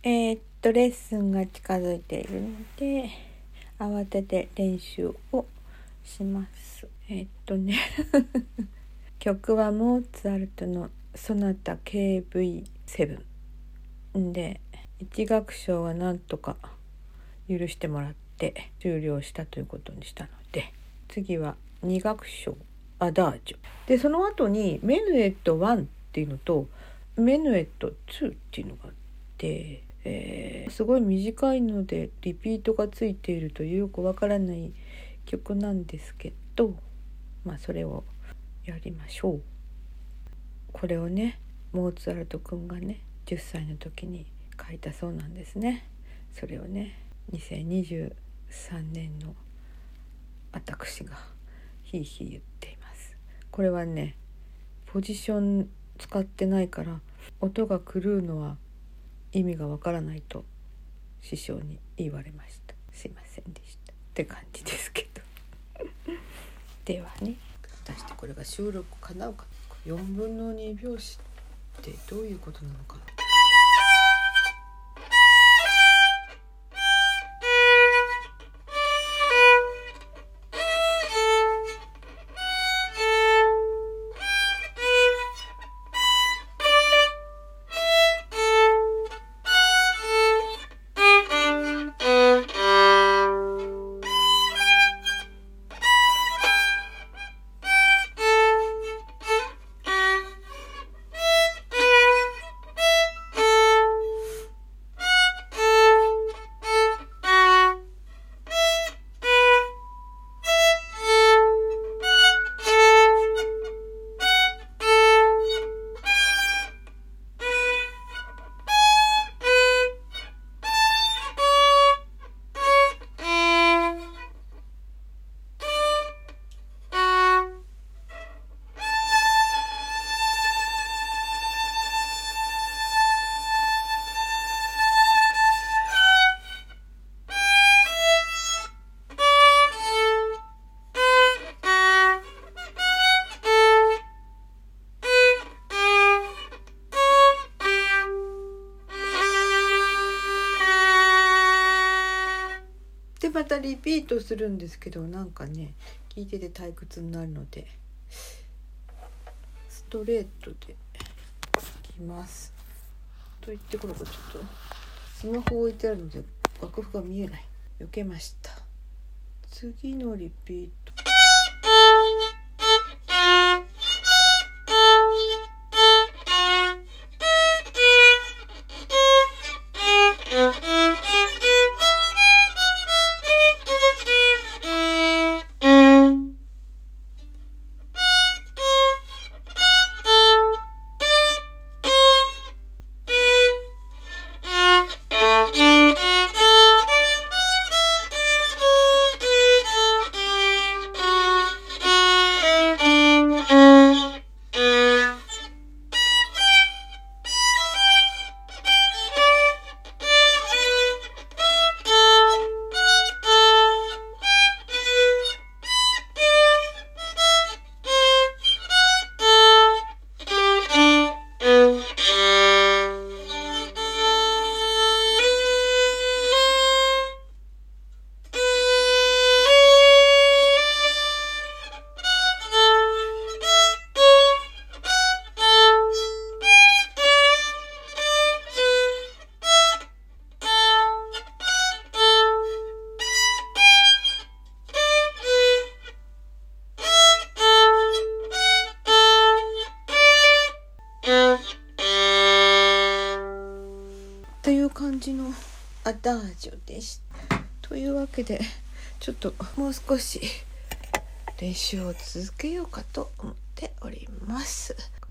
レッスンが近づいているので慌てて練習をします。曲はモーツァルトのソナタ KV7 で1楽章はなんとか許してもらって終了したということにしたので、次は2楽章アダージョで、その後にメヌエット1っていうのとメヌエット2っていうのがあって、すごい短いのでリピートがついているというよくわからない曲なんですけど、それをやりましょう。これをね、モーツァルト君がね10歳の時に書いたそうなんですね。それをね2023年の私がひいひい言っています。これはねポジション使ってないから音が狂うのは意味がわからないと師匠に言われました。すいませんでしたって感じですけどではね、果たしてこれが収録かなうか。4分の2拍子ってどういうことなのか。でまたリピートするんですけど、なんかね聞いてて退屈になるのでストレートでいきます。と言ってこれちょっとスマホ置いてあるので楽譜が見えない。避けました。次のリピート。という感じのアダージョです。というわけでちょっともう少し練習を続けようかと思っております。